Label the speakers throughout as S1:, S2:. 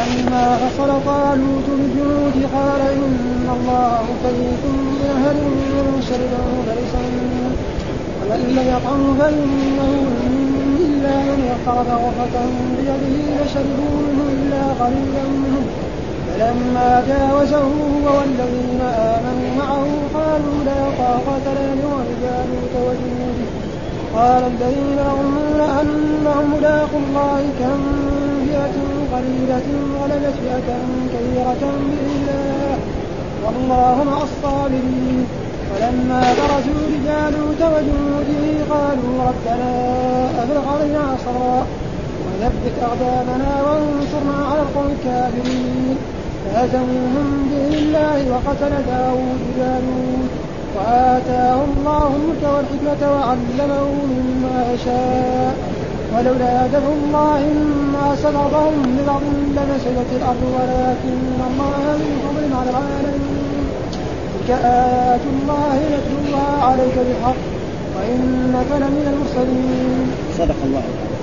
S1: ولما فصل طالوت بالجنود قال إن الله مبتليكم بنهر من شرب فليس منه ومن لم يطعمه فإنه مني إلا من يقرب غرفة بيده فشربوا منه إلا قليلا منهم فلما جاوزه هو والذين آمنوا معه قالوا لا طاقة لنا بجالوت وجنوده قال الذين يظنون أنهم ملاقو الله كم فئة قليلة غلبت فئة كثيرة بإذن الله والله مع الصابرين ولما برزوا لجالوت وجنوده قالوا ربنا أفرغ علينا صبرا وثبت أقدامنا وانصرنا على القوم الكافرين فهزموهم بإذن الله وقتل داود جالوت وآتاه الله الملك والحكمة وعلمه مما شاء ولولا دفع الله الناس بعضهم ببعض لفسدت الأرض ولكن الله ذو فضل على العالمين تلك آيات الله نتلوها عليك بالحق وإنك لمن المرسلين.
S2: صدق الله.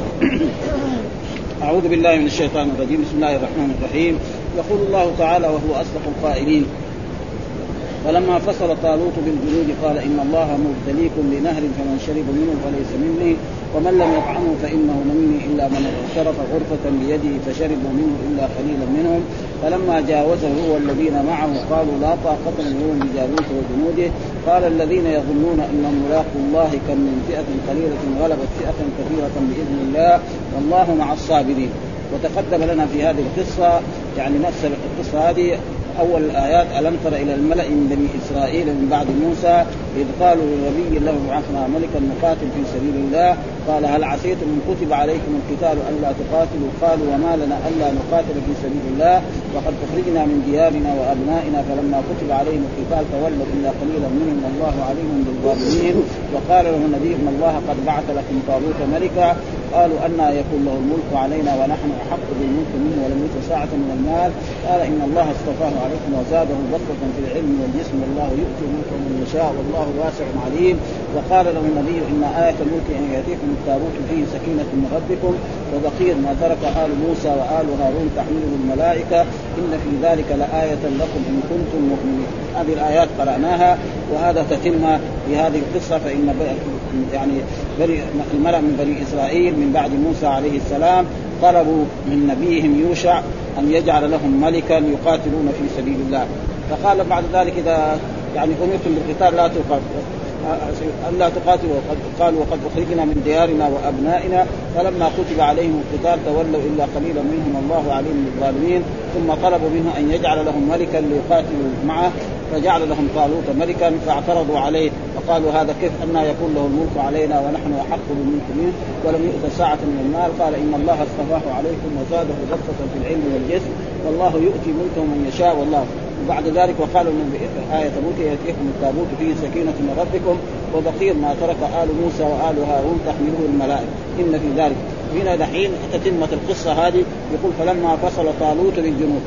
S2: أعوذ بالله من الشيطان الرجيم. بسم الله الرحمن الرحيم. يقول الله تعالى وهو أصدق القائلين ولما فصل طالوت بالجنود قال إن الله مبتليكم بنهر فمن شرب منه فليس مني ومن لم يطعمه فإنه مني إلا من اغترف غرفة بيده فشربوا منه إلا قليلا منهم فلما جاوزه هو الذين معه قالوا لا طاقة لنا بجالوت وجنوده قال الذين يظنون أنهم ملاقو الله كم من فئة قليلة غلبت فئة كثيرة بإذن الله والله مع الصابرين. وتقدم لنا في هذه القصة يعني نفس القصة هذه أول الآيات ألم تر إلى الملأ من بني إسرائيل من بعد موسى إذ قالوا لنبي له ابعثنا ملكا نقاتل في سبيل الله قال هل عسيتم إن كتب عليكم القتال ألا تقاتلوا قالوا وما لنا ألا نقاتل في سبيل الله وقد أخرجنا من ديارنا وأبنائنا فلما كتب عليهم القتال تولوا إلا قليلا منهم والله عليم بالظالمين. وقال له النبي إن الله قد بعث لكم طالوت ملكا قالوا أنى يكون له الملك علينا ونحن أحق بالملك منه ولم يؤت ساعة من المال قال إن الله اصطفاه عليكم وزاده بسطة في العلم والجسم والله يؤتي ملكه من يشاء والله واسع عليم. وقال له النبي إن آية الملك أن يأتيكم التابوت فيه سكينة من ربكم وبقية ما ترك آل موسى وآل هارون تحمله الملائكة إن في ذلك لآية لكم إن كنتم مؤمنين. هذه الآيات قرأناها وهذا تتم في هذه القصة. فإن يعني الملأ من بني إسرائيل من بعد موسى عليه السلام طلبوا من نبيهم يوشع أن يجعل لهم ملكا يقاتلون في سبيل الله فقال بعد ذلك إذا يعني أمرتم بالقتال لا تقاتلوا قالوا وقد أخرجنا من ديارنا وأبنائنا فلما كتب عليهم القتال تولوا إلا قليلا منهم الله عليم بالظالمين. ثم طلبوا منه أن يجعل لهم ملكا ليقاتلوا معه فجعل لهم طالوت ملكا فاعترضوا عليه فقالوا هذا كيف أن يكون له الملك علينا ونحن أحق بالملك منه ولم يؤت ساعة من المال قال إن الله اصطفاه عليكم وزاده بسطة في العلم والجسم والله يؤتي ملكه من يشاء والله. وبعد ذلك وقالوا من آية ملك يأتيكم التابوت فيه سكينة من ربكم وبقية ما ترك آل موسى وآل هارون تحمله الملائكة إن في ذلك. هنا دحين تتمة القصة هذه يقول فلما فصل طالوت بالجنود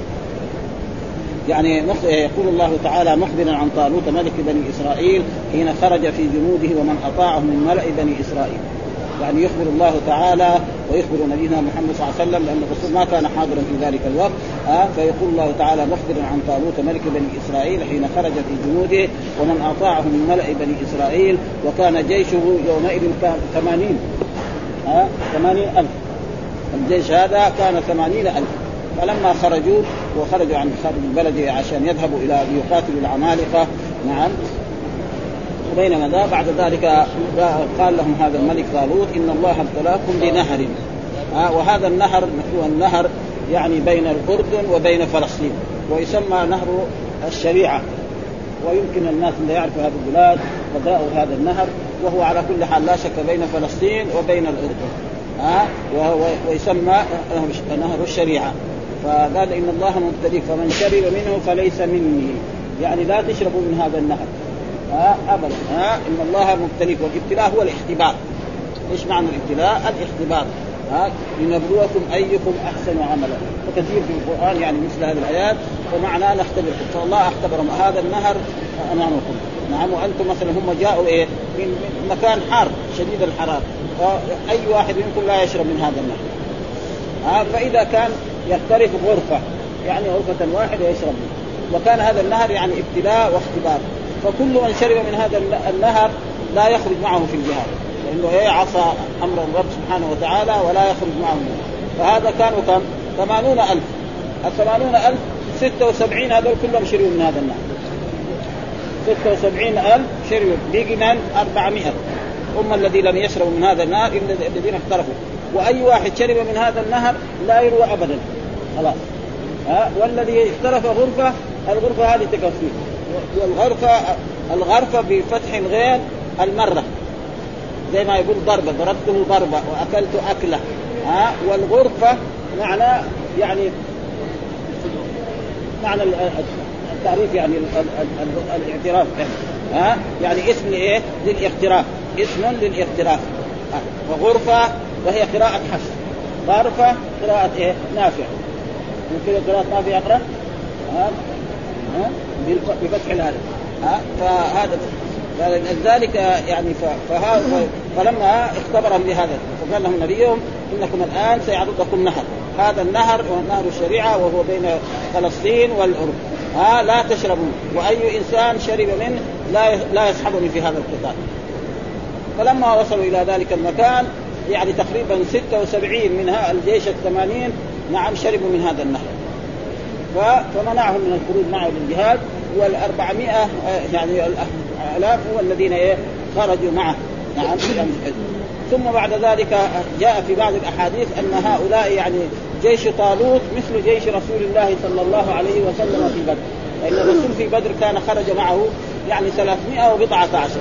S2: يعني يقول الله تعالى مخبرا عن طالوت ملك بني إسرائيل حين خرج في جنوده ومن أطاعه من ملأ بني إسرائيل يعني يخبر الله تعالى ويخبر نبينا محمد صلى الله عليه وسلم لأن الرسول ما كان حاضرا في ذلك الوقت فيقول الله تعالى مخبرا عن طالوت ملك بني إسرائيل حين خرج في جنوده ومن أطاعه من ملأ بني إسرائيل وكان جيشه يومئذ 80,000 الجيش هذا كان 80,000 فلما خرجوا عن خارج البلد عشان يذهبوا إلى يقاتلوا العمالقة نعم. وبينما ذا بعد ذلك قال لهم هذا الملك طالوت إن الله ابتلاكم بنهر وهذا النهر هو النهر يعني بين الأردن وبين فلسطين ويسمى نهر الشريعة ويمكن الناس اللي يعرفوا هذه البلاد قد رأوا هذا النهر وهو على كل حال لا شك بين فلسطين وبين الأردن ويسمى نهر الشريعة. فقال إن الله مبتليك فمن شرب منه فليس مني يعني لا تشربوا من هذا النهر أبدا إن الله مبتليك. والابتلاء هو الاختبار. إيش معنى الابتلاء؟ الاختبار لنبلوكم أيكم أحسن عملا وكثير في القرآن يعني مثل هذه الآيات ومعناه نختبركم فالله اختبرهم هذا النهر أمامكم نعم. وأنتم مثلا هم جاءوا من مكان حار شديد الحرارة فأي واحد منكم لا يشرب من هذا النهر فإذا كان يقترف غرفة، يعني غرفة واحدة يشرب منها. وكان هذا النهر يعني ابتلاء واختبار، فكل من شرب من هذا النهر لا يخرج معه في الجهاد، لأنه عصى أمر الرب سبحانه وتعالى ولا يخرج معه منه. فهذا كانوا كم 80,000. 80,000 76 هذول كلهم شربوا من هذا النهر. 76,000 شربوا، بيجي من 400 هم الذي لم يشربوا من هذا النهر الذين اقترفوا. وأي واحد شرب من هذا النهر لا يروى أبدا خلاص. والذي اقترف غرفة، الغرفة هذه تكفيه. الغرفة بفتح الغين المرة، زي ما يقول ضربة، ضربته ضربة وأكلت أكلة. والغرفة معنى يعني معنى التعريف يعني الاعتراف، يعني اسم ايه للاقتراف، اسم للاقتراف. وغرفة وهي قراءة حفص، غرفة قراءة ايه نافع. ممكن قراءة نافع يقرأ بفتح الهاء. فهذا ذلك يعني فلما اختبرهم بهذا فقال لهم نبيهم إنكم الآن سيعرض لكم نهر، هذا النهر نهر الشريعة وهو بين فلسطين والأردن، لا تشربون، وأي إنسان شرب منه لا يسحبني في هذا القتال. فلما وصلوا إلى ذلك المكان يعني تقريبا 76 منها الجيش 80 نعم شربوا من هذا النهر، فمنعهم من الخروج معه للجهاد. وال400 يعني الآلاف هو الذين خرجوا معه نعم. ثم بعد ذلك جاء في بعض الأحاديث أن هؤلاء يعني جيش طالوت مثل جيش رسول الله صلى الله عليه وسلم في بدر، لأن الرسول في بدر كان خرج معه يعني 314.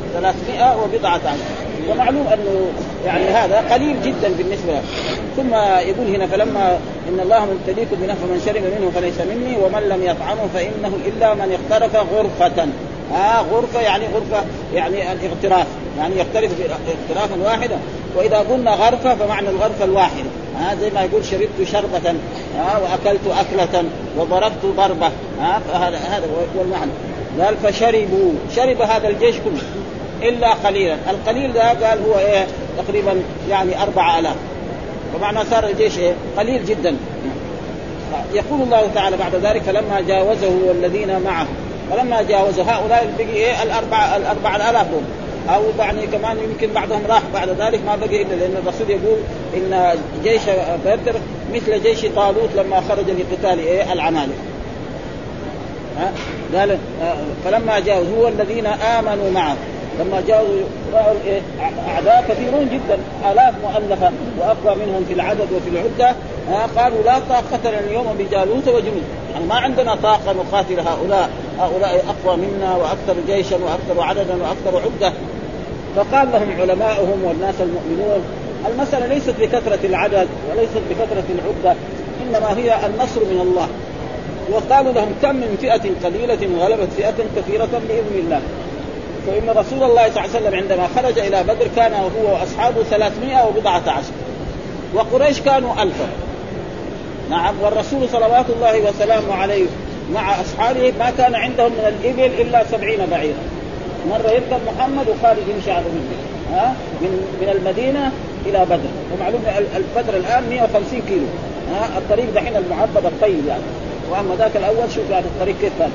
S2: ومعلوم أنه يعني هذا قليل جدا بالنسبة له. ثم يقول هنا فلما إن الله مبتليكم بنهر فمن شرب منه فليس مني ومن لم يطعمه فإنه إلا من اقترف غرفة. غرفة يعني الاغتراف، يعني يقترف اغترافا واحدا. وإذا قلنا غرفة فمعنى الغرفة الواحدة، زي ما يقول شربت شربة وأكلت أكلة وضربت ضربة، هذا هو المعنى. قال فشربوا، شرب هذا الجيش كله إلا قليلا. القليل ده قال هو تقريبا يعني 4000، ومعنى صار الجيش قليل جدا. يقول الله تعالى بعد ذلك فلما جاوزه والذين معه، فلما جاوزوا هؤلاء بقي 4000 دول، أو يعني كمان يمكن بعضهم راح بعد ذلك ما بقي إلا، لأن الرسول يقول إن جيش بدر مثل جيش طالوت لما خرج لقتال العمالقة. قال فلما جاوزوا هو الذين آمنوا معه، لما جاءوا رأوا أعداء كثيرون جدا آلاف مؤلفة وأقوى منهم في العدد وفي العدة، قالوا لا طاقة لنا اليوم بجالوت وجنود، يعني ما عندنا طاقة نقاتل هؤلاء أقوى منا وأكثر جيشا وأكثر عددا وأكثر عدة. فقال لهم علماؤهم والناس المؤمنون المسألة ليست بكثرة العدد وليست بكثرة العدة، إنما هي النصر من الله. وقالوا لهم كم من فئة قليلة غلبت فئة كثيرة بإذن الله. فإن رسول الله صلى الله عليه وسلم عندما خرج إلى بدر كان هو وأصحابه 314، وقريش كانوا 1000. نعم. والرسول صلوات الله وسلامه عليه مع أصحابه ما كان عندهم من الإبل إلا 70 بعيرا. مرة يركب محمد وخالد يمشي على من المدينة إلى بدر، ومعلوم البدر الآن 150 كيلو، الطريق دحين المعبد الطيب يعني. وأما ذاك الأول شوف يعني الطريق كيف كان.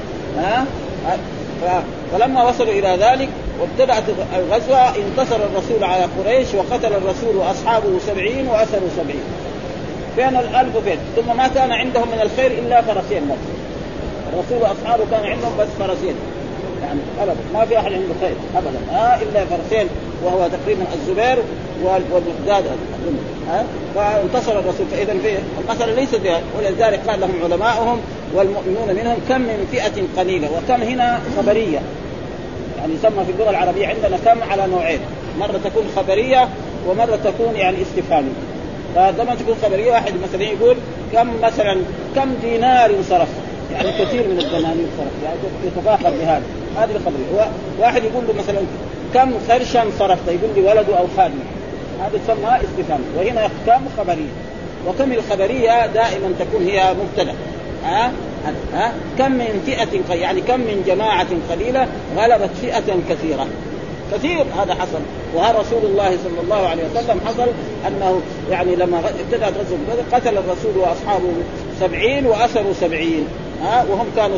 S2: فلما وصلوا إلى ذلك وابتدأت الغزوة انتصر الرسول على قريش وقتل الرسول وأصحابه 70 وأسروا 70. فين 1000 فين؟ ثم ما كان عندهم من الخير إلا فرسين بس. الرسول وأصحابه كان عندهم بس فرسين، يعني أبدا ما في أحد عنده خير أبدا إلا فرسين، وهو تقريبا الزبير والمقداد. فانتصر الرسول. فإذا المسألة ليست بها، ولذلك قال لهم علماؤهم والمؤمنون منهم كم من فئة قليلة. وكم هنا خبرية، يعني يسمى في اللغة العربية عندنا كم على نوعين، مرة تكون خبرية ومرة تكون يعني استفهامية. فلما تكون خبرية واحد مثلا يقول كم دينار صرف، يعني كثير من الدنانير صرف، يعني يتفاخر بهذا، هذه الخبرية. واحد يقول له مثلا كم خرشا صرفت، يقول لي ولده أو خادمه، هذا تسمى استفهام. وهنا كم خبرية. وكم الخبرية دائما تكون هي مبتدأ. كم من فئة، يعني كم من جماعة قليلة غلبت فئة كثيرة. كثير هذا حصل. وهذا رسول الله صلى الله عليه وسلم حصل أنه يعني لما ابتدأت غزوة بدر قتل الرسول وأصحابه 70 وأسروا 70 وهم كانوا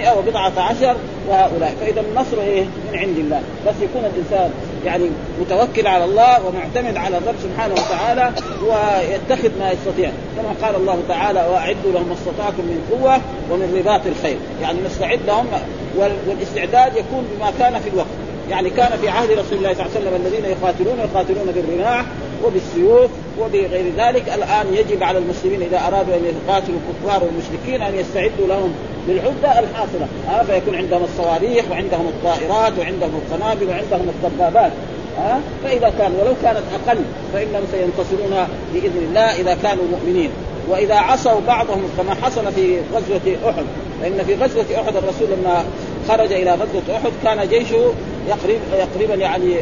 S2: 310 وهؤلاء. فإذا النصر من عند الله، بس يكون الإنسان يعني متوكل على الله ومعتمد على الرب سبحانه وتعالى ويتخذ ما يستطيع، كما قال الله تعالى وأعدوا لهم ما استطعتم من قوة ومن رباط الخيل. يعني نستعد لهم، والاستعداد يكون بما كان في الوقت. يعني كان في عهد رسول الله صلى الله عليه وسلم الذين يقاتلون بالرماح وبالسيوف وبغير ذلك. الآن يجب على المسلمين إذا أرادوا أن يقاتلوا الكفار والمشركين أن يستعدوا لهم بالعدة الحاصلة، فيكون عندهم الصواريخ وعندهم الطائرات وعندهم القنابل وعندهم الدبابات. فإذا كان ولو كانت أقل فإنهم سينتصرون بإذن الله إذا كانوا مؤمنين. وإذا عصوا بعضهم كما حصل في غزوة أحد، لأن في غزوة أحد الرسول لما خرج إلى غزوة أحد كان جيشه يقريبا يعني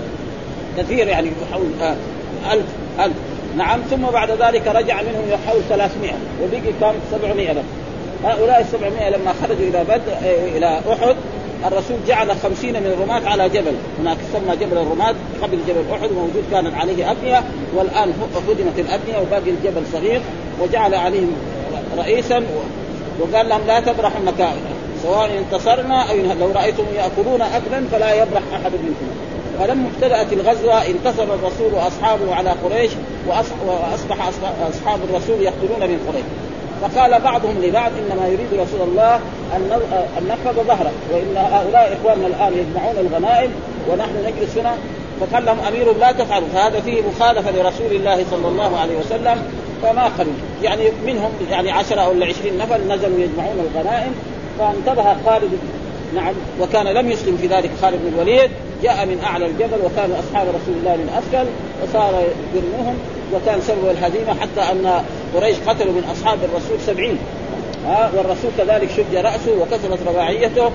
S2: كثير، يعني حول 1000. نعم. ثم بعد ذلك رجع منهم حول 300 وبقي كم 700 بس. هؤلاء 700 لما خرجوا إلى بدر إلى أحد الرسول جعل 50 من الرماة على جبل هناك يسمى جبل الرماة قبل جبل أحد، موجود كانت عليه أبنية والآن هدمت الأبنية وباقي الجبل صغير، وجعل عليهم رئيسا وقال لهم لا تبرحوا مكان سواء انتصرنا أو لو رأيتم يأكلون أكلا فلا يبرح أحد منكم. فلما ابتدأت الغزوة انتصر الرسول وأصحابه على قريش وأصبح أصحاب الرسول يقتلون من قريش. فقال بعضهم لبعض إنما يريد رسول الله أن نخفض ظهره، وإن هؤلاء إخواننا الآن يجمعون الغنائم ونحن نجلس هنا. فقال لهم أمير لا تفعلوا، فهذا فيه مخالفة لرسول الله صلى الله عليه وسلم. فما قبل، يعني منهم يعني 10 أو 20 نفر نزلوا يجمعون الغنائم. فانتبه خالد، نعم، وكان لم يسلم في ذلك خالد بن الوليد، جاء من أعلى الجبل وكان أصحاب رسول الله من أسفل وصار يرموهم، وكان سبب الهزيمة حتى أن قريش قتلوا من أصحاب الرسول 70. والرسول كذلك شج رأسه وكسرت رباعيته،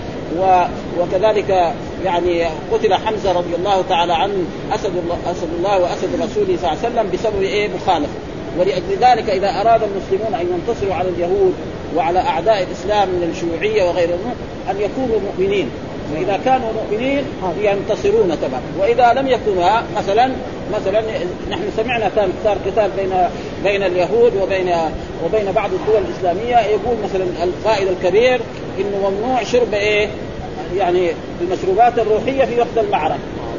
S2: وكذلك يعني قتل حمزة رضي الله تعالى عنه أسد الله وأسد رسوله صلى الله عليه وسلم بسبب مخالفة. ولأجل ذلك إذا أراد المسلمون أن ينتصروا على اليهود وعلى أعداء الإسلام من الشيوعية وغيرهم أن يكونوا مؤمنين، وإذا كانوا مؤمنين ينتصرون طبعا. وإذا لم يكونوا مثلا نحن سمعنا كان صار قتال بين اليهود وبين بعض الدول الإسلامية، يقول مثلا القائد الكبير إنه ممنوع شرب يعني المشروبات الروحية في وقت المعركة،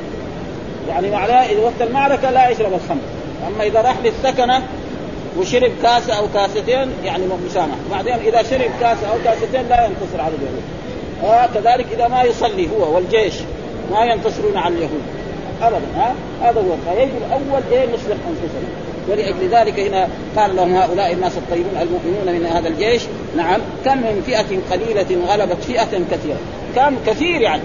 S2: يعني معناه إذا وقت المعركة لا يشرب الخمر، أما إذا راح للسكنة وشرب كاسة أو كاستين يعني مسامح. بعدين إذا شرب كاسة أو كاستين لا ينتصر على اليهود. كذلك إذا ما يصلي هو والجيش ما ينتصرون على اليهود أبدا. هذا هو. فيجب أول نصلح أنفسنا. ولأجل ذلك هنا قال لهم هؤلاء الناس الطيبون المؤمنون من هذا الجيش، نعم، كم من فئة قليلة غلبت فئة كثيرة. كم كثير يعني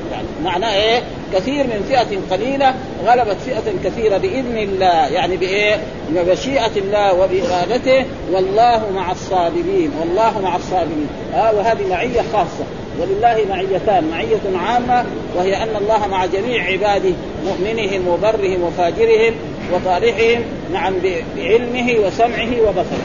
S2: معناه كثير من فئة قليلة غلبت فئة كثيرة بإذن الله، يعني بمشيئة الله وبإرادته، والله مع الصابرين. والله مع الصابرين. وهذه معية خاصة، ولله معيتان، معية عامة وهي أن الله مع جميع عباده مؤمنهم وبرهم وفاجرهم وطالحهم، نعم، بعلمه وسمعه وبصره.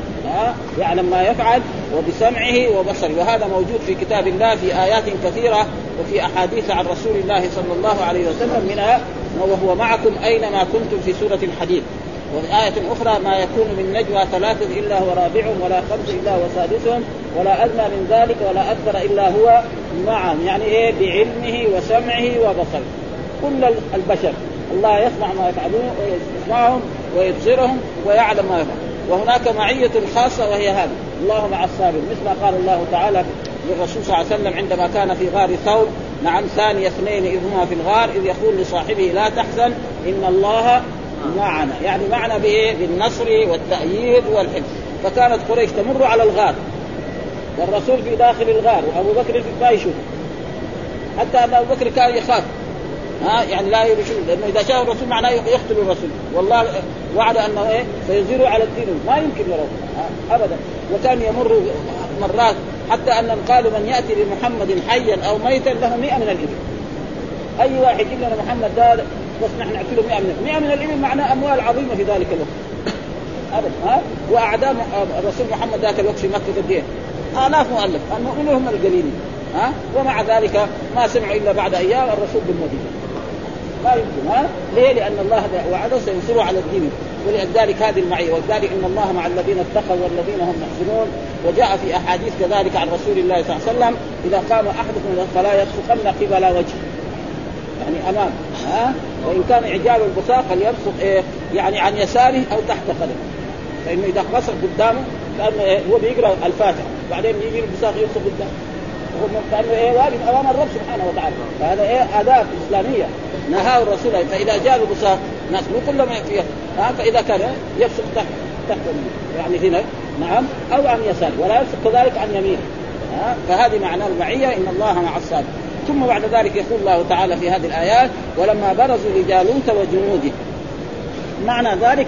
S2: يعلم ما يفعل وبسمعه وبصره. وهذا موجود في كتاب الله في آيات كثيرة وفي أحاديث عن رسول الله صلى الله عليه وسلم، منها وهو معكم أينما كنتم في سورة الحديد. وفي آية أخرى ما يكون من نجوى 3 إلا هو رابعهم ولا 5 إلا هو سادسهم ولا أدنى من ذلك ولا أكثر إلا هو معهم، يعني بعلمه وسمعه وبصره. كل البشر الله يسمع ما يفعلون ويسمعهم ويبصرهم ويعلم ما يفعلون. وهناك معية خاصة وهي هذا، الله مع الصابر، مثل ما قال الله تعالى للرسول صلى الله عليه وسلم عندما كان في غار ثور، نعم، ثاني اثنين إذ هما في الغار إذ يقول لصاحبه لا تحزن إن الله معنا، يعني معنا بالنصر والتأييد والحفظ. فكانت قريش تمر على الغار والرسول في داخل الغار وأبو بكر في الطايشة، حتى أن أبو بكر كان يخاف يعني لا يرشون، لأنه إذا شاء الرسول معناه يقتل الرسول، والله وعد أنه سيزيروا على الدين، ما يمكن يرون أبدا. وكان يمر مرات حتى أن قالوا من يأتي لمحمد حيا أو ميتا له 100 من الإبل. أي واحد يقول لنا محمد هذا بس نحن نعطيه 100 من الإبل، معناه أموال عظيمة في ذلك الوقت أبدا. وأعداء الرسول محمد ذاك الوقت في مكة قد إيه؟ آلاف مؤلف، المؤمنون هم القليلين. ومع ذلك ما سمعوا إلا بعد أيام الرسول بالمدينة. ما يمكن. ليه؟ لأن الله وعده سينصره على الدين، ولذلك هذه المعية. وذلك إن الله مع الذين اتقوا والذين هم محسنون. وجاء في أحاديث كذلك عن رسول الله صلى الله عليه وسلم إذا قام أحدكم إلى الصلاة يبصقن قبل وجهه، يعني أمام، وإن كان إعجاب البصاق فليبصق يعني عن يساره أو تحت قدمه، فإنه إذا بصق قدامه كأنه هو بيقرأ الفاتحة بعدين يجي البصاق يبصق قدامه كأنه واقف أمام الرب سبحانه وتعالى. فهذا آداب إسلامية نهاه الرسول. فإذا جاء البصاق ناس مو كلهم يكفيه، فإذا كان يبصق تحت يعني هنا نعم أو عن يساره، ولا يبصق كذلك عن يمينه. فهذه معنى المعية، إن الله مع الصابرين. ثم بعد ذلك يقول الله تعالى في هذه الآيات ولما برزوا لجالوت وجنوده. معنى ذلك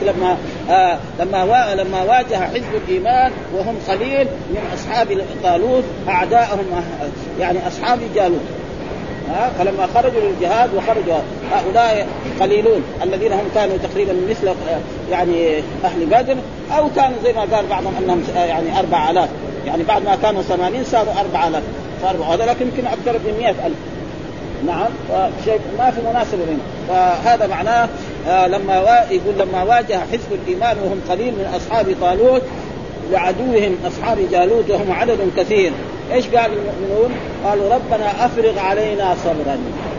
S2: لما واجه حزب الإيمان وهم قليل من أصحاب طالوت أعداءهم يعني أصحاب جالوت، فلما خرجوا للجهاد وخرجوا هؤلاء قليلون الذين هم كانوا تقريبا مثل يعني أهل بدر، أو كانوا زي ما قال بعضهم أنهم يعني 4000، يعني بعد ما كانوا 80 صاروا 4000، هذا لكن يمكن أكثر من 100,000. نعم، شيء ما في مناسبة منه. فهذا معناه يقول لما واجه حزب الإيمان وهم قليل من أصحاب طالوت لعدوهم أصحاب جالوت وهم عدد كثير، إيش قال المؤمنون؟ قالوا ربنا أفرغ علينا صبرا،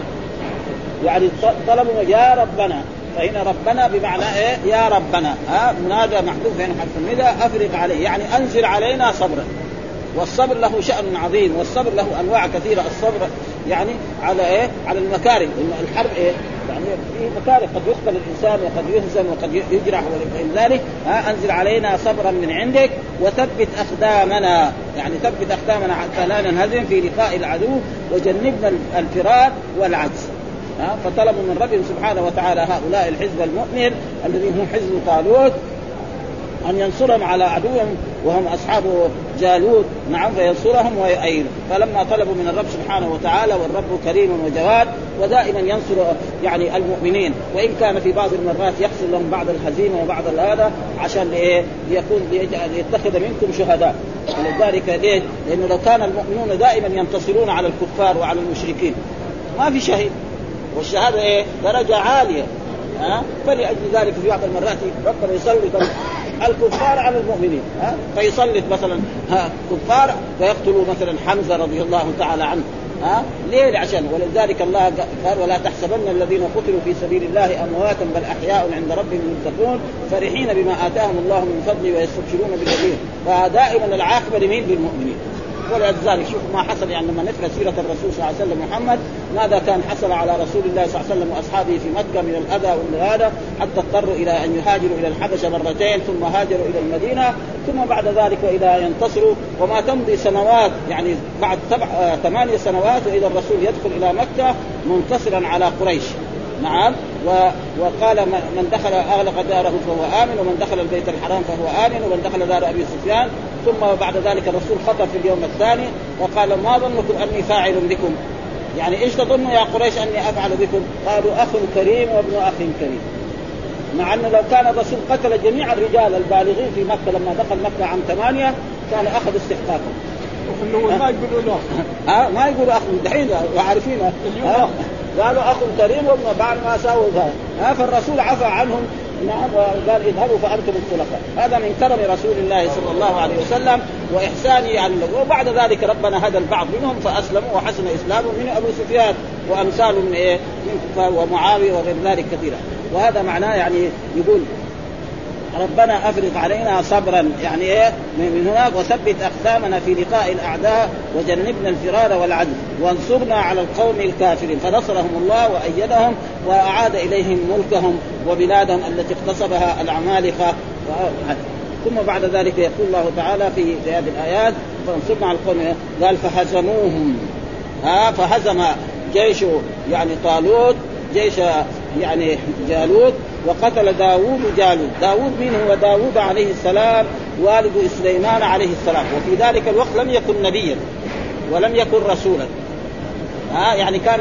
S2: يعني طلبوا يا ربنا. فهنا ربنا بمعنى إيه؟ يا ربنا، منادى محذوف هنا حرف النداء، أفرغ عليه يعني أنزل علينا صبرا. والصبر له شأن عظيم، والصبر له أنواع كثيرة. الصبر يعني على على المكاره، إن الحرب يعني في مكاره قد يقتل الإنسان وقد يهزم وقد يجرح، ولذلك أنزل علينا صبرا من عندك وثبت أقدامنا، يعني ثبت أقدامنا حتى لا ننهزم في لقاء العدو وجنبنا الفرار والعجز. فطلبوا من ربهم سبحانه وتعالى هؤلاء الحزب المؤمن الذين هم حزب طالوت أن ينصرهم على عدوهم وهم أصحاب جالوت، نعم، فينصرهم ويؤيدهم. فلما طلبوا من الرب سبحانه وتعالى، والرب كريم وجواد ودائما ينصر يعني المؤمنين، وإن كان في بعض المرات يحصل لهم بعض الهزيمة وبعض هذا عشان يكون يتخذ منكم شهداء. ولذلك ليه؟ لأنه لو كان المؤمنون دائما ينتصرون على الكفار وعلى المشركين ما في شهيد، والشهادة درجة عالية. فلأجل ذلك في بعض المرات ربنا يسلط الكفار على المؤمنين، فيسلط مثلا كفار فيقتلوا مثلا حمزة رضي الله تعالى عنه. ليه؟ عشان ولذلك الله قال ولا تحسبن الذين قتلوا في سبيل الله أمواتا بل أحياء عند ربهم يرزقون فرحين بما آتاهم الله من فضله ويستبشرون بالذين. فدائما العاقبة لمين؟ للمؤمنين. ولذلك شوف ما حصل يعني لما نقرأ سيرة الرسول صلى الله عليه وسلم محمد ماذا كان حصل على رسول الله صلى الله عليه وسلم وأصحابه في مكة من الأذى والهذا، حتى اضطروا إلى أن يهاجروا إلى الحبشة مرتين، ثم هاجروا إلى المدينة، ثم بعد ذلك وإذا ينتصروا وما تمضي سنوات، يعني بعد 8 سنوات وإذا الرسول يدخل إلى مكة منتصرا على قريش. نعم، وقال من دخل أغلق داره فهو آمن، ومن دخل البيت الحرام فهو آمن، ومن دخل دار أبي سفيان. ثم بعد ذلك الرسول خطب في اليوم الثاني وقال ما ظنكم أني فاعل بكم، يعني إيش تظنوا يا قريش أني أفعل بكم؟ قالوا أخ كريم وابن أخ كريم. مع أنه لو كان الرسول قتل جميع الرجال البالغين في مكة لما دخل مكة عام 8 كان أخذ استحقاقه.
S1: ما يقولوا له
S2: ما يقولوا أخ، دحين وعارفينه قالوا أخ كريم وابن بعد ما ساووا ذلك. فالرسول عفى عنهم، نعم، وقال اذهبوا فأنتم الخلفاء. هذا من كرم رسول الله صلى الله عليه وسلم وإحسانه يعني. وبعد ذلك ربنا هدى البعض منهم فأسلموا وحسن إسلامهم من أبو سفيان وأمثال من كفار ومعاوية وغير ذلك كثيرا. وهذا معناه يعني يقول ربنا أفرغ علينا صبرا، يعني من هناك وثبت أقدامنا في لقاء الأعداء وجنبنا الفرار والعدل وانصرنا على القوم الكافرين. فنصرهم الله وأيدهم وأعاد إليهم ملكهم وبلادهم التي اغتصبها العمالقة. ثم بعد ذلك يقول الله تعالى في هذه الآيات فانصرنا على القوم، قال فهزموهم، فهزم جيش يعني طالوت جيش يعني جالوت وقتل داود جالوت. داود من هو؟ داود عليه السلام والد سليمان عليه السلام، وفي ذلك الوقت لم يكن نبيا ولم يكن رسولا، يعني كان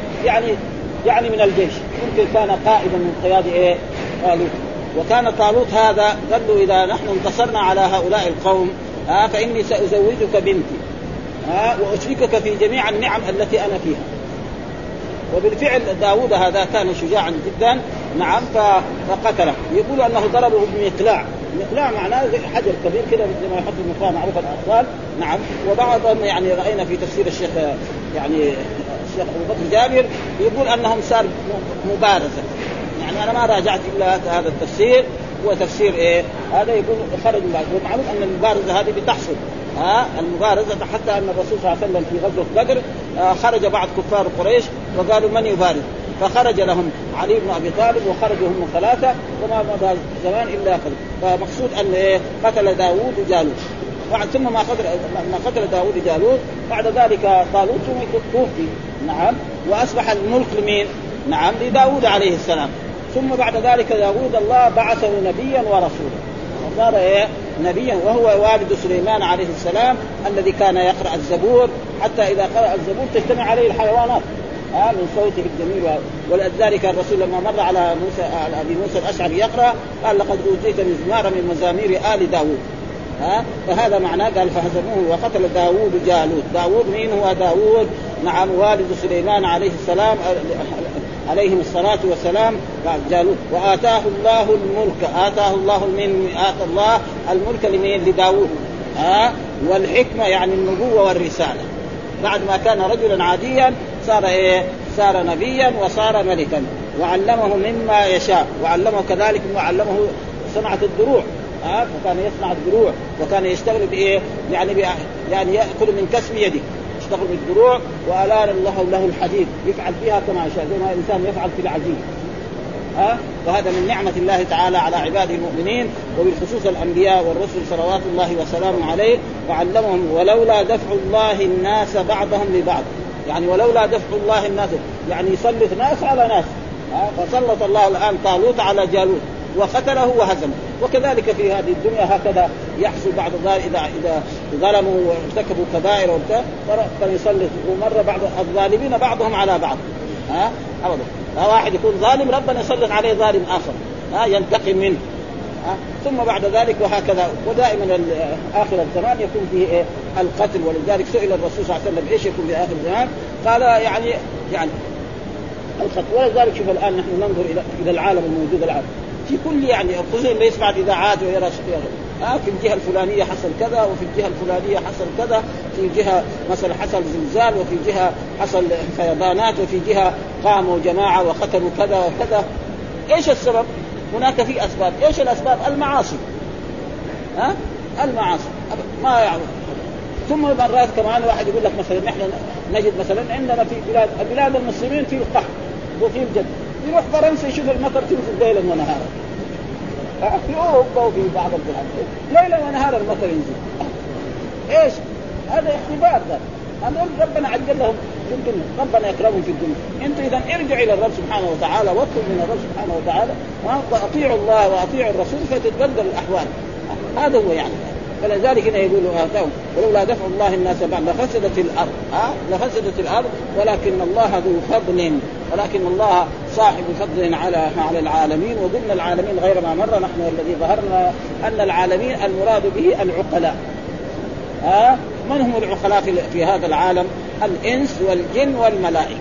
S2: يعني من الجيش، يمكن كان قائدا من قيادة طالوت. وكان طالوت هذا قال له إذا نحن انتصرنا على هؤلاء القوم فإني سأزوجك بنتي وأشركك في جميع النعم التي أنا فيها. وبالفعل داود هذا كان شجاعا جدا، نعم، فقتله. يقول أنه ضربه بمقلاع. مقلاع معناه حجر كبير كده مثل ما يحط المقلاع معروف الأطفال، نعم. وبعضهم يعني رأينا في تفسير الشيخ يعني الشيخ أبو بكر جابر يقول أنهم صار مبارزة، يعني أنا ما راجعت إلا هذا التفسير، هو تفسير إيه هذا، يقول خرج مبارزة. ومعلوم أن المبارزة هذه بتحصل المبارزة، حتى أن الرسول صلى الله عليه وسلم في غزوة بدر خرج بعض كفار قريش وقالوا من يبارز، فخرج لهم علي بن أبي طالب وخرجوا هم 3 وما مضى زمان إلا قليل. فمقصود أن قتل داود جالوت. ثم ما قتل داود جالوت بعد ذلك طالوت توفي، نعم، وأصبح الملك لمين؟ نعم، لداود عليه السلام. ثم بعد ذلك داود الله بعثه نبيا ورسولا، وصار نبيا، وهو والد سليمان عليه السلام الذي كان يقرأ الزبور، حتى إذا قرأ الزبور تجتمع عليه الحيوانات من صوته الجميل. ولذلك الرسول لما مر على أبي موسى الأشعري يقرأ قال لقد أوتيت مزمارا من مزامير آل داود. فهذا معناه قال فهزموه وقتل داود جالوت. داود مين هو داود؟ نعم، والد سليمان عليه السلام عليهم الصلاة والسلام جالوت. وآتاه الله الملك، آتاه الله الملك لمين؟ لداود. والحكمة يعني النبوة والرسالة. بعد ما كان رجلا عاديا صار نبيا وصار ملكا، وعلمه مما يشاء، وعلمه كذلك وعلمه صنعة الدروع. فكان يصنع الدروع وكان يشتغل بإيه؟ يعني يأكل من كسب يده، يشتغل بالدروع. وألان الله له الحديد يفعل فيها كما يشاء، زي ما الإنسان يفعل في العجين. وهذا من نعمة الله تعالى على عباده المؤمنين، وبالخصوص الأنبياء والرسل صلوات الله وسلامه عليه. وعلمهم ولولا دفع الله الناس بعضهم لبعض، يعني ولولا دفع الله الناس، يعني يسلط ناس على ناس. فسلط الله الآن طالوت على جالوت وقتله وهزمه. وكذلك في هذه الدنيا هكذا يحصل بعض إذا ظلموا وارتكبوا كبائر فيسلط، ومر بعض الظالمين بعضهم على بعض. أبدا واحد يكون ظالم ربنا يسلط عليه ظالم آخر ينتقم منه. ثم بعد ذلك وهكذا. ودائما آخر الزمان يكون فيه القتل. ولذلك سئل الرسول صلى الله عليه وسلم إيش يكون في آخر الزمان؟ قال يعني القتل. ولذلك شوف الآن نحن ننظر إلى العالم الموجود الآن في كل خصوصا اللي يسمع إذاعات ويرى في الجهة الفلانية حصل كذا، وفي الجهة الفلانية حصل كذا، في جهة مثلا حصل زلزال، وفي جهة حصل فيضانات، وفي جهة قاموا جماعة وقتلوا كذا وكذا. إيش السبب؟ هناك في أسباب. إيش الأسباب؟ المعاصي. المعاصي ما يعرف. ثم مرات كمان واحد يقول لك مثلا نحن نجد مثلا عندنا في بلاد المسلمين في القحط وفي الجد، يروح فرنسا يشوف المطر تنزل ليلا ونهارا. في أوروبا وفي بعض البلاد ليلا ونهارا المطر ينزل. إيش هذا؟ اختبار. ده أن ربنا عجل لهم في الدنيا، ربنا يكرمهم في الدنيا. أنت إذا ارجع إلى الرب سبحانه وتعالى واطلب من الرب سبحانه وتعالى وأطيعوا الله وأطيعوا الرسول فتتبدل الأحوال. هذا هو يعني. فلذلك هنا يقولوا ولولا دفع الله الناس بعض لفسدت الأرض. لفسدت الأرض ولكن الله ذو فضل، ولكن الله صاحب فضل على العالمين. وقلنا العالمين غير ما مر نحن الذي ظهرنا أن العالمين المراد به العقلاء. من هم العقلاء في هذا العالم؟ الإنس والجن والملائكة.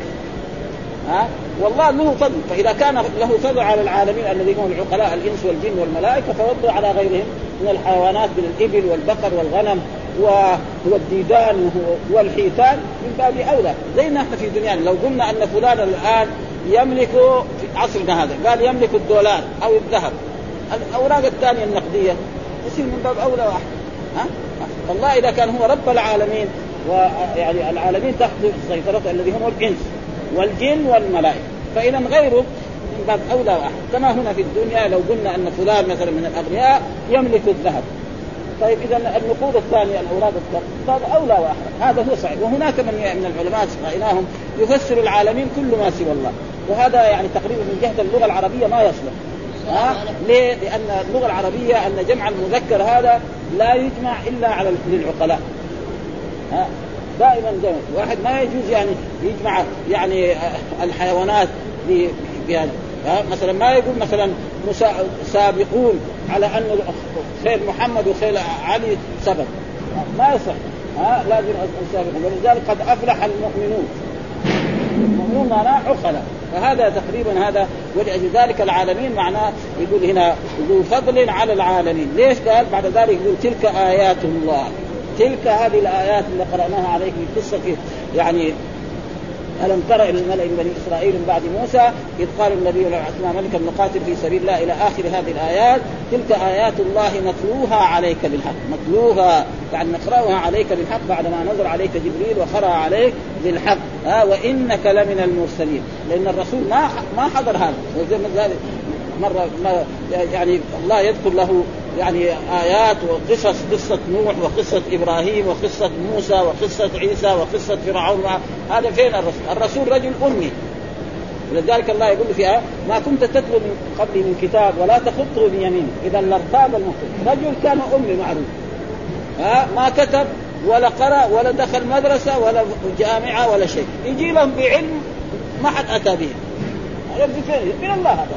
S2: والله له فضل، فإذا كان له فضل على العالمين الذين هم العقلاء الإنس والجن والملائكة، فوضل على غيرهم من الحيوانات من الإبل والبقر والغنم والديدان والحيتان من باب أولى. زي نحن في دنيانا لو قلنا أن فلان الآن يملك في عصرنا هذا قال يملك الدولار أو الذهب، الأوراق الثانية النقدية يصير من باب أولى واحد. الله إذا كان هو رب العالمين، ويعني العالمين تحت سيطرته الذي هم الإنس والجن والملائكة، فإذا غيره من باب أولى واحد. كما هنا في الدنيا لو قلنا أن فلان مثلا من الأغنياء يملك الذهب، طيب إذا النقود الثانية الأوراق الثانية هذا أولى واحد. هذا هو صحيح. وهناك من العلماء رأيناهم يفسر العالمين كل ما سوى الله، وهذا يعني تقريبا من جهة اللغة العربية ما يصلح. ليه؟ لأن اللغة العربية أن جمع المذكر هذا لا يجمع إلا على للعقلاء. دائما واحد ما يجوز يعني يجمع يعني الحيوانات بهذا. مثلا ما يقول مثلا سابقون على أن خيل محمد وخيل علي سبق، ما يصح. لازم السابقون. ولذلك قد أفلح المؤمنون. مخلوق معناه عقلاء. فهذا تقريبا هذا. ولذلك العالمين معناه يقول هنا ذو فضل على العالمين. ليش قال بعد ذلك يقول تلك آيات الله. تلك هذه الآيات اللي قرأناها عليك في قصة يعني ألم تر إلى الملأ من بني إسرائيل من بعد موسى إذ قال النبي لعثمان ملكا نقاتل في سبيل الله إلى آخر هذه الآيات. تلك آيات الله نتلوها عليك بالحق. نتلوها يعني نقرأها عليك بالحق بعد ما نزل عليك جبريل وقرأ عليك بالحق. وإنك لمن المرسلين. لأن الرسول ما حضر هذا. مرة ما يعني الله يذكر له يعني آيات وقصص قصة نوح وقصة إبراهيم وقصة موسى وقصة عيسى وقصة فرعون. هذا فين الرسول رجل أمي. ولذلك الله يقول فيها ما كنت تتلو من قبل من كتاب ولا تخطه بيمين إذا لارتاب المخطئ. رجل كان أمي معروف ما كتب ولا قرأ ولا دخل مدرسة ولا جامعة ولا شيء. يجي لهم بعلم ما حد أتى به. من الله هذا.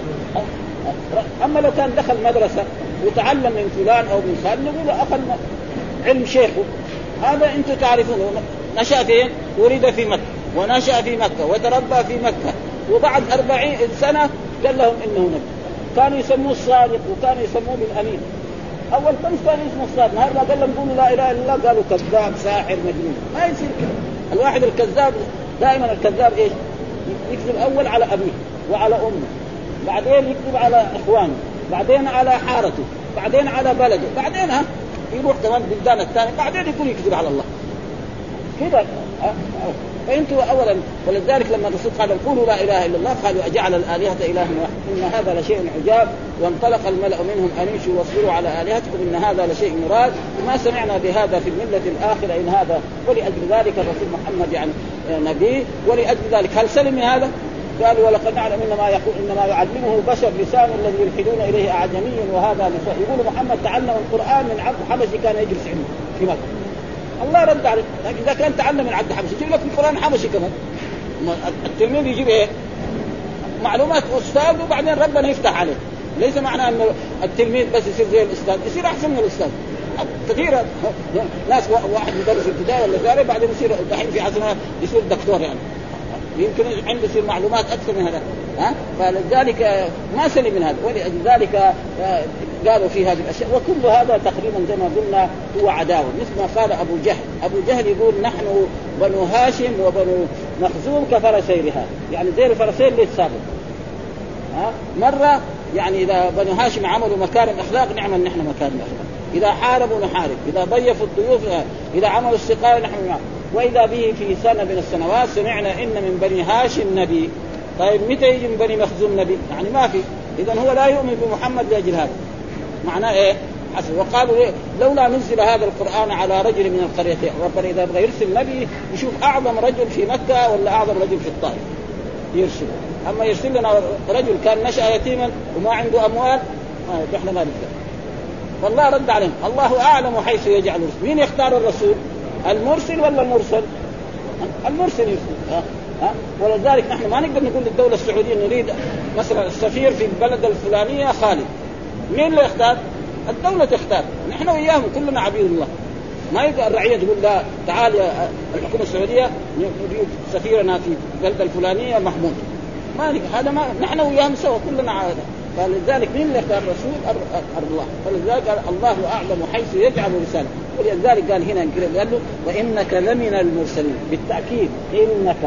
S2: أما لو كان دخل مدرسة وتعلم من فلان أو من خالد نقول أخذ علم شيخه. هذا أنتم تعرفونه. نشأ فين؟ ولد في مكة ونشأ في مكة وتربى في مكة وبعد 40 سنة قال لهم إنه نبي. كانوا يسموه الصادق وكانوا يسموه بالأمين. أول كان اسمه الصادق. النهارده قال لهم قولوا لا إله إلا الله قالوا كذاب ساحر مجنون. ما يصير كده. الواحد الكذاب دائما الكذاب إيش؟ يكذب أول على أبيه وعلى أمه بعدين يكذب على إخوانه بعدين على حارته بعدين على بلده بعدين يروح كمان بلدان الثاني بعدين يكون يكذب على الله كده. فأنتوا أولا. ولذلك لما الرسول قال قولوا لا إله إلا الله قالوا أجعل الآلهة إلها واحد إن هذا لشيء عجاب. وانطلق الملأ منهم أن يمشوا واصبروا على آلهتكم إن هذا لشيء مراد ما سمعنا بهذا في الملة الآخرة إن هذا. ولأجل ذلك الرسول محمد يعني نبي. ولأجل ذلك هل سلم من هذا؟ قالوا ولقد نعلم إنما يعلمه بشر لسان الذي يلحدون إليه أعجمي وهذا لسان. يقول محمد تعلم القرآن من عبد حبشي كان يجلس عنده في مكة. الله رد عليه. لكن إذا كان تعلم من عبد حبشي يجيب لك القرآن حبشي كمان. التلميذ يجيب إيه؟ معلومات أستاذ وبعدين ربنا يفتح عليه. ليس معنى أن التلميذ بس يصير زي الأستاذ يصير أحسن من الأستاذ. كثير ناس واحد يدرس ابتدائي ولا ثانوي بعدين يصير دحين في عصرنا يصير دكتور يعني يمكن عنده يصير معلومات أكثر من هذا. فلذلك ما سلم من هذا. ولذلك قالوا في هذه الأشياء. وكل هذا تقريبا زي ما قلنا هو عداوة. مثل ما قال أبو جهل. أبو جهل يقول نحن بنو هاشم وبنو مخزوم كفرسي رهان. يعني زي الفرسين اللي يتسابق. مرة يعني إذا بنو هاشم عملوا مكارم أخلاق نعمل نحن مكارم أخلاق. إذا حاربوا نحارب. إذا ضيفوا الضيوف إذا عملوا السقاية نحن معهم. وإذا به في سنة من السنوات سمعنا إن من بني هاشم نبي. طيب متى يجي من بني مخزوم نبي؟ يعني ما في. إذن هو لا يؤمن بمحمد لأجل هذا. معناه إيه؟ حسن. وقالوا إيه؟ لولا نزل هذا القرآن على رجل من القريتين. ربنا إذا بغى يرسل نبي يشوف أعظم رجل في مكة ولا أعظم رجل في الطائف يرسل. أما يرسل لنا رجل كان نشأ يتيما وما عنده أموال إحنا ما نقدر. والله رد عليهم الله أعلم حيث يجعل الرسول. مين يختار الرسول؟ المرسل ولا المرسل؟ المرسل يرسل. ولذلك نحن ما نقدر نقول للدولة السعودية نريد مثلا السفير في البلد الفلانية خالد. مين اللي يختار؟ الدولة تختار. نحن وياهم كلنا عبيد الله. ما يقدر الرعية تقول لا تعال يا الحكومة السعودية نريد سفيرنا في البلد الفلانية محمود. ما هذا ما نحن وياهم سوا كلنا عادة. فلذلك مين اللي يختار الرسول؟ الله. فلذلك قال الله أعلم حيث يجعل رسالة. ولذلك قال هنا قال له وإنك لمن المرسلين. بالتأكيد إنك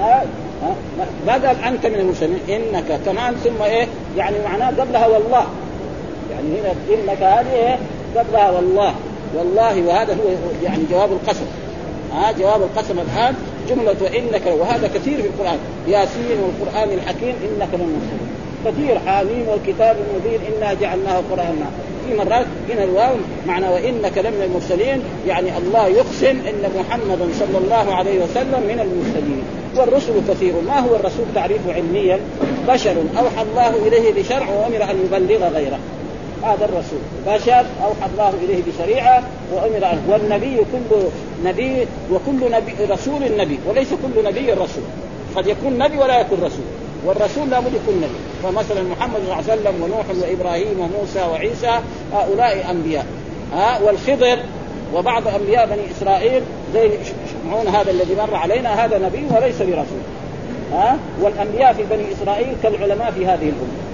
S2: ما قال أنت من المرسلين إنك كمان ثم إيه يعني معناه قبلها والله. يعني هنا إنك هذه إيه قبلها والله. وهذا هو يعني جواب القسم. جواب القسم الآن جملة وإنك. وهذا كثير في القرآن. ياسين والقرآن الحكيم إنك من المرسلين كثير. حاميم والكتاب المبين إنا جعلناه قرآنا. في مرات هنا الواو معنى وإنك لمن المرسلين. يعني الله يقسم إن محمدا صلى الله عليه وسلم من المرسلين. والرسل كثير. ما هو الرسول تعريفه علميا؟ بشر أوحى الله إليه بشرع وأمر أن يبلغ غيره. هذا الرسول بشر أوحى الله إليه بشريعة وأمر أن. والنبي كل نبي وكل نبي رسول النبي وليس كل نبي الرسول. قد يكون نبي ولا يكون رسول. والرسول لا بد يكون نبي. فمثلا محمد صلى الله عليه وسلم ونوح وإبراهيم وموسى وعيسى هؤلاء أنبياء. والخضر وبعض أنبياء بني إسرائيل زي شمعون هذا الذي مر علينا هذا نبي وليس برسول. والأنبياء في بني إسرائيل كالعلماء في هذه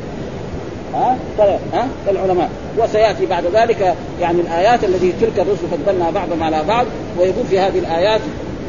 S2: الأمة كالعلماء. وسيأتي بعد ذلك يعني الآيات التي تلك الرسل فضلنا بعضهم على بعض. ويقول في هذه الآيات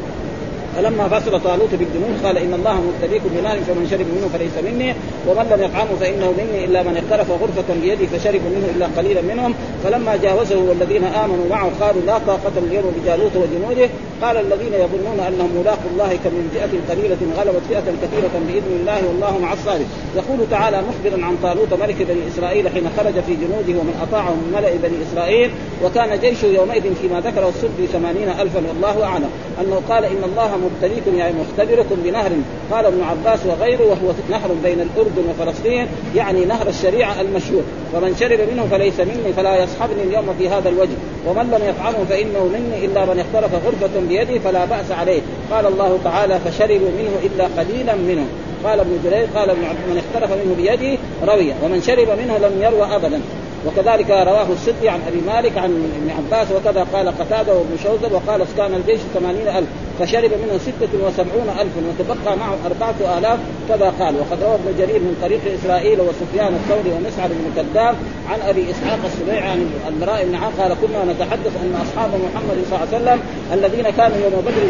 S2: فلما فصل طالوت بالجنود قال إن الله مبتليكم بنار فمن شرب منه فليس مني ومن لم يطعمه فإنه مني إلا من اقترف غرفة بيده فشربوا منه إلا قليلا منهم. فلما جاوزه والذين آمنوا معه قالوا لا طاقة اليوم بجالوت وجنوده قال الذين يظنون أنهم ملاقوا الله كم من فئة قليلة غلبت فئة كثيرة بإذن الله والله مع الصابرين. يقول تعالى مخبرا عن طالوت ملك بني إسرائيل حين خرج في جنوده ومن أطاعه من ملأ بني إسرائيل وكان جيشه يومئذ فيما ذكره السد 80,000 والله أعلم أنه قال إن الله مبتليكم يعني مختبركم بنهر. قال ابن عباس وغيره وهو نهر بين الأردن وفلسطين يعني نهر الشريعة المشهور فمن شرب منه فليس مني فلا يصحبني اليوم في هذا الوجه ومن لم يطعمه فإنه مني إلا من اخترف غرفة بيده فلا بأس عليه. قال الله تعالى فشربوا منه إلا قليلا منه. قال ابن جرير قال من اخترف منه بيده روية ومن شرب منه لم يروى أبدا. وكذلك رواه السدي عن أبي مالك عن ابن عباس وكذا قال قتادة وابن شوذب وقال كان الجيش 80,000 فشرب منه 76,000 وتبقى معه 4,000 كذا قال. وقد روى ابن جرير من طريق إسرائيل وسفيان الثوري ومسعر بن كذاب عن أبي إسحاق السبيعي عن البراء بن عازب قال كنا نتحدث أن أصحاب محمد صلى الله عليه وسلم الذين كانوا يوم بدر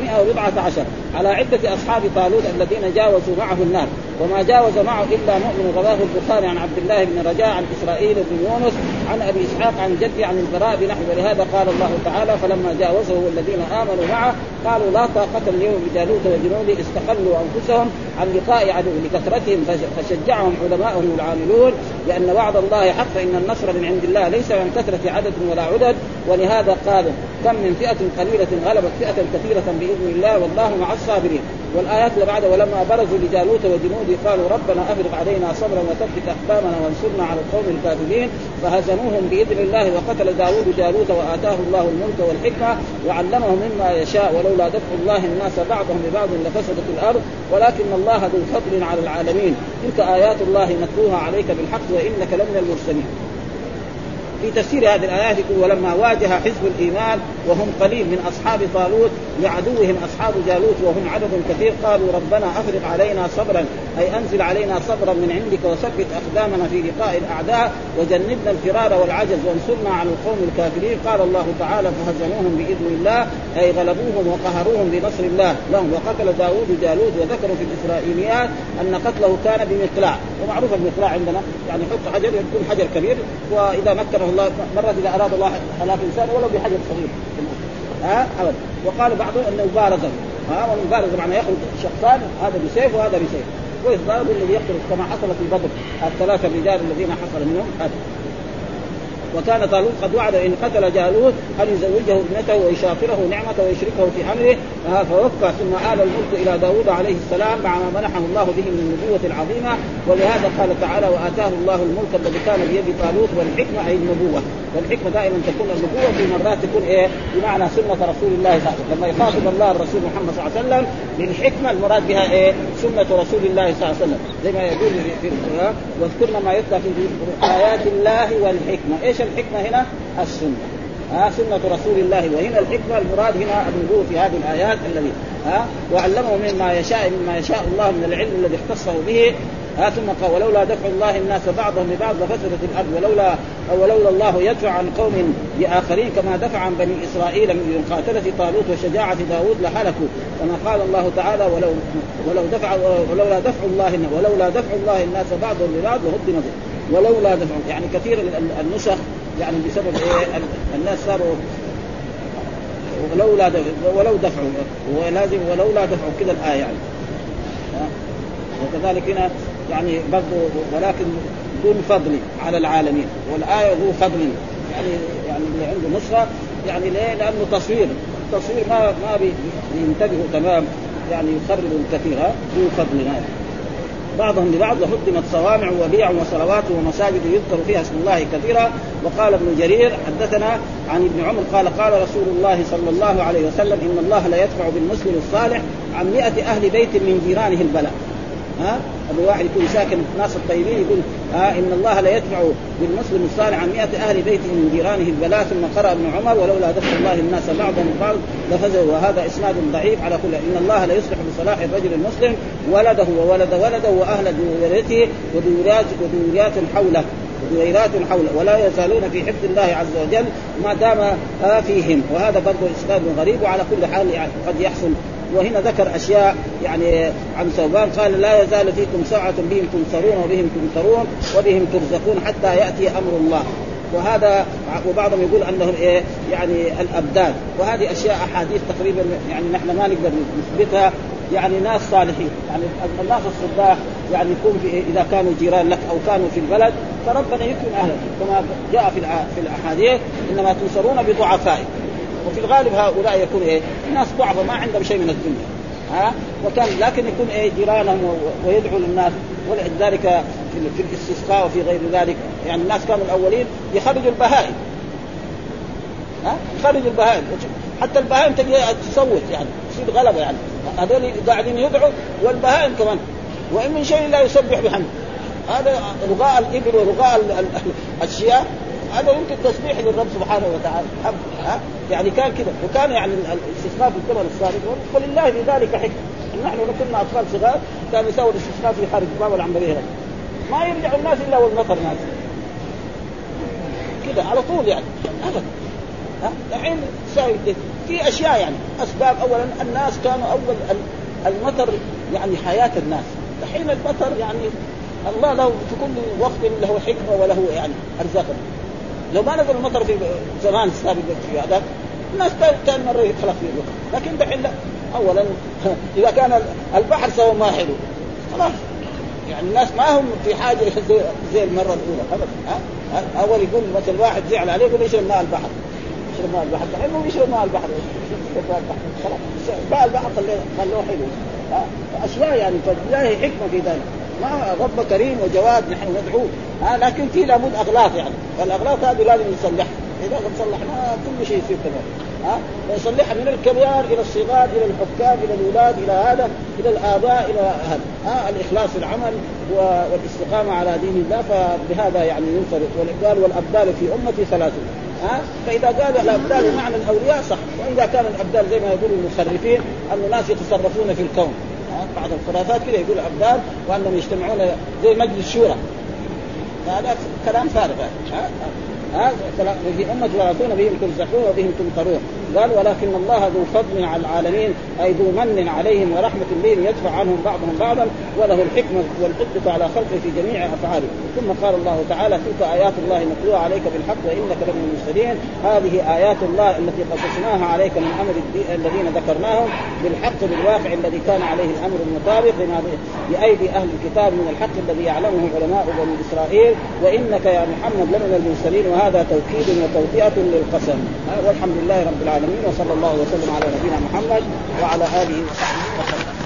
S2: 314 على عدة أصحاب طالوت الذين جاوزوا معه النار وما جاوز معه إلا مؤمن. رواه البخاري عن عبد الله بن رجاء عن إسرائيل بن يونس عن أبي إسحاق عن جدي عن البراء بنحو. ولهذا قال الله تعالى فلما جاوزه والذين آمنوا معه قالوا لا طاقة اليوم بجالوت وجنوده استقلوا أنفسهم عن لقاء عدو لكثرتهم فشجعهم علماءهم العاملون لأن وعد الله حق فإن النصر من عند الله ليس من كثرة عدد ولا عدد. ولهذا قال كم من فئة قليلة غلبت فئة كثيرة بإذن الله والله مع الصابرين. والآيات اللي بعد ولما برزوا لجالوت وجنوده قالوا ربنا أفرغ علينا صبرا وثبت أقدامنا وانصرنا على القوم الكافرين فهزموهم بإذن الله. وقتل داود جالوت وآتاه الله الملك والحكمة وعلمه مما يشاء ولولا دفع الله الناس بعضهم ببعض لفسدت الأرض ولكن الله ذو فضل على العالمين. تلك آيات الله نتلوها عليك بالحق وإنك لمن المرسلين. في تفسير هذه الآيات يقول ولما واجه حزب الإيمان وهم قليل من أصحاب طالوت لعدوهم أصحاب جالوت وهم عدد كثير قالوا ربنا أفرغ علينا صبرا أي أنزل علينا صبرا من عندك وثبت أقدامنا في لقاء الأعداء وجنبنا الفرار والعجز وانصرنا على القوم الكافرين. قال الله تعالى فهزموهم بإذن الله أي غلبوهم وقهروهم بنصر الله لهم. وقتل داود جالوت وذكروا في الإسرائيليات أن قتله كان بمقلاع ومعروف المقلاع عندنا يعني يحط حجر يكون حجر كبير وإذا مكنه الله مرة إذا أراد الله هلاك إنسان ولو بحجر صغير أبدا. وقال بعضهم أنه بارزه والمبارزة معناه يخرج شخصان هذا بسيف وهذا بسيف ويضرب الذي يقتل كما حصل في بدر الثلاثة الرجال الذين حصل منهم هذا. وكان طالوت قد وعد إن قتل جالوت أن يزوجه ابنته ويشاطره نعمته ويشركه في أمره فوفى. ثم آل الملك إلى داود عليه السلام مع ما منحه الله به من النبوة العظيمة. ولهذا قال تعالى وآتاه الله الملك الذي كان بيد طالوت والحكمة أي النبوة. والحكمة دائما تكون النبوة في مرات تكون بمعنى سنة رسول الله صلى الله عليه وسلم. لما يخاطب الله الرسول محمد صلى الله عليه وسلم بالحكمة المراد بها سنة رسول الله صلى الله عليه وسلم زي ما يقول في القرآن واذكرنا ما يتلى في آيات الله والحكمة. إيش الحكمة هنا؟ السنة سنة رسول الله. وهنا الحكمة المراد هنا النبوة في هذه الآيات الذي وعلمه مما يشاء الله من العلم الذي اختصه به. ثم قال ولولا دفع الله الناس بعضهم ببعض لفسدت الأرض ولولا الله يدفع عن قوم بآخرين كما دفع عن بني إسرائيل من مقاتلة طالوت وشجاعة داود لهلكوا. كما قال الله تعالى ولولا دفع الله الناس بعضهم ببعض لهدمت. ولولا دفع يعني كثير النسخ يعني بسبب الناس صاروا ولو دفعوا ولازم ولولا دفعوا كذا الآية يعني. وكذلك هنا يعني برضو ولكن دون فضل على العالمين والآية ذو فضل يعني اللي عنده نسخة يعني ليه؟ لأنه تصوير ما بينتبهوا تمام يعني يخرب الكثير ذو فضل. بعضهم لبعض وهدمت صوامع وبيع وصلوات ومساجد يذكر فيها اسم الله كثيرا. وقال ابن جرير حدثنا عن ابن عمر قال رسول الله صلى الله عليه وسلم إن الله لا يدفع بالمسلم الصالح عن 100 أهل بيت من جيرانه البلاء. أبو واحد يكون ساكن ناس الطيبين يقول إن الله لا يدفع بالمسلم الصالح عن 100 أهل بيت من جيرانه البلاء. ثم قرأ ابن عمر ولولا دفع الله الناس بعضهم بعض لفزعوا. وهذا إسناد ضعيف على كل. إن الله لا يصلح بصلاح الرجل المسلم ولده وولد ولده وأهل ذريته ودوريات حوله ولا يزالون في حفظ الله عز وجل ما دام فيهم. وهذا برضو إسناد غريب. وعلى كل حال يعني قد يحصل. وهنا ذكر أشياء يعني عن ثوبان قال لا يزال فيكم ساعة بهم تنصرون وبهم تمترون وبهم ترزقون حتى يأتي أمر الله. وهذا وبعضهم يقول أنهم يعني الأبدان. وهذه أشياء أحاديث تقريبا يعني نحن ما نقدر نثبتها. يعني ناس صالحين يعني الناس الصداق يعني يكون إذا كانوا جيران لك أو كانوا في البلد فربنا يكرم أهلك كما جاء في الأحاديث إنما تنصرون بضعفائكم. وفي الغالب هؤلاء يكون ناس ضعفاء ما عندهم شيء من الدنيا وكان لكن يكون جيرانهم ويدعو للناس. ولذلك في الاستسقاء وفي غير ذلك يعني الناس كانوا الأولين يخرجوا البهائم يخرجوا البهائم حتى البهائم تجي تصوت يعني تصير غلبة يعني هذول قاعدين يدعوا والبهائم كمان وإن من شيء لا يسبح بحمده. هذا رغاء الإبل ورغاء الشياه هذا يمكن تسبيح للرب سبحانه وتعالى يعني كان كده. وكان يعني الاستثناء في الزمن السابق ولله في ذلك حكمة. نحن كنا أطفال صغار كانوا يسووا الاستثناء في خارج الباب والعنبريه ما يرجع الناس إلا والمطر ناس كده على طول يعني أبدا. الحين في أشياء يعني أسباب. أولا الناس كانوا أول المطر يعني حياة الناس. الحين المطر يعني الله له في كل وقت له حكمة وله يعني أرزاقنا. لو ما نزل المطر في زمان السابق في هذا الناس كان مرة يخلق فيه الوقت. لكن دحين لا. أولا إذا كان البحر سوى ما حلو خلاص يعني الناس ما هم في حاجة زي المرة الأولى أبدا. أول يقول مثل واحد زعل عليه يقول يشرب ماء البحر يشرب ماء البحر إنه يشرب ماء البحر خلاص ماء البحر خلوه حلو. أشياء يعني فلله حكمة في ذلك. ما رب كريم وجواد نحن ندعوه لكن في لابد أغلاط يعني. فالأغلاط هذه لازم نصلحها. إذا صلحناها كل شيء يصير تمام. نصلحها من الكبار إلى الصغار إلى الحكام إلى الأولاد إلى هذا إلى الآباء إلى هذا الإخلاص في العمل والاستقامة على دين الله. فبهذا يعني ينصر. والإقبال والأبدال في أمتي 3. فإذا قال الأبدال معنى الأولياء صح. وإذا كان الأبدال زي ما يقول المخرفين أن الناس يتصرفون في الكون بعض الخرافات كده يقول أبدال وأنهم يجتمعون زي مجلس شورى. هذا كلام فارغ. في أمة ورثون بهم ترزقون وبهم تمترون. قال ولكن الله ذو فضل على العالمين أي ذو من عليهم ورحمة بهم يدفع عنهم بعضهم بعضا وله الحكمة والقدرة على خلقه في جميع أفعاله. ثم قال الله تعالى تلك آيات الله نتلوها عليك بالحق وإنك لمن المرسلين. هذه آيات الله التي قصصناها عليك من أمر الذين ذكرناهم بالحق بالواقع الذي كان عليه الأمر المطابق بأيدي أهل الكتاب من الحق الذي يعلمه علماء بني إسرائيل وإنك يا محمد لمن المرسلين. وهذا توكيد وتوطئة للقسم. والحمد لله رب العالمين وصلى الله وسلم على نبينا محمد وعلى آله وصحبه وسلم.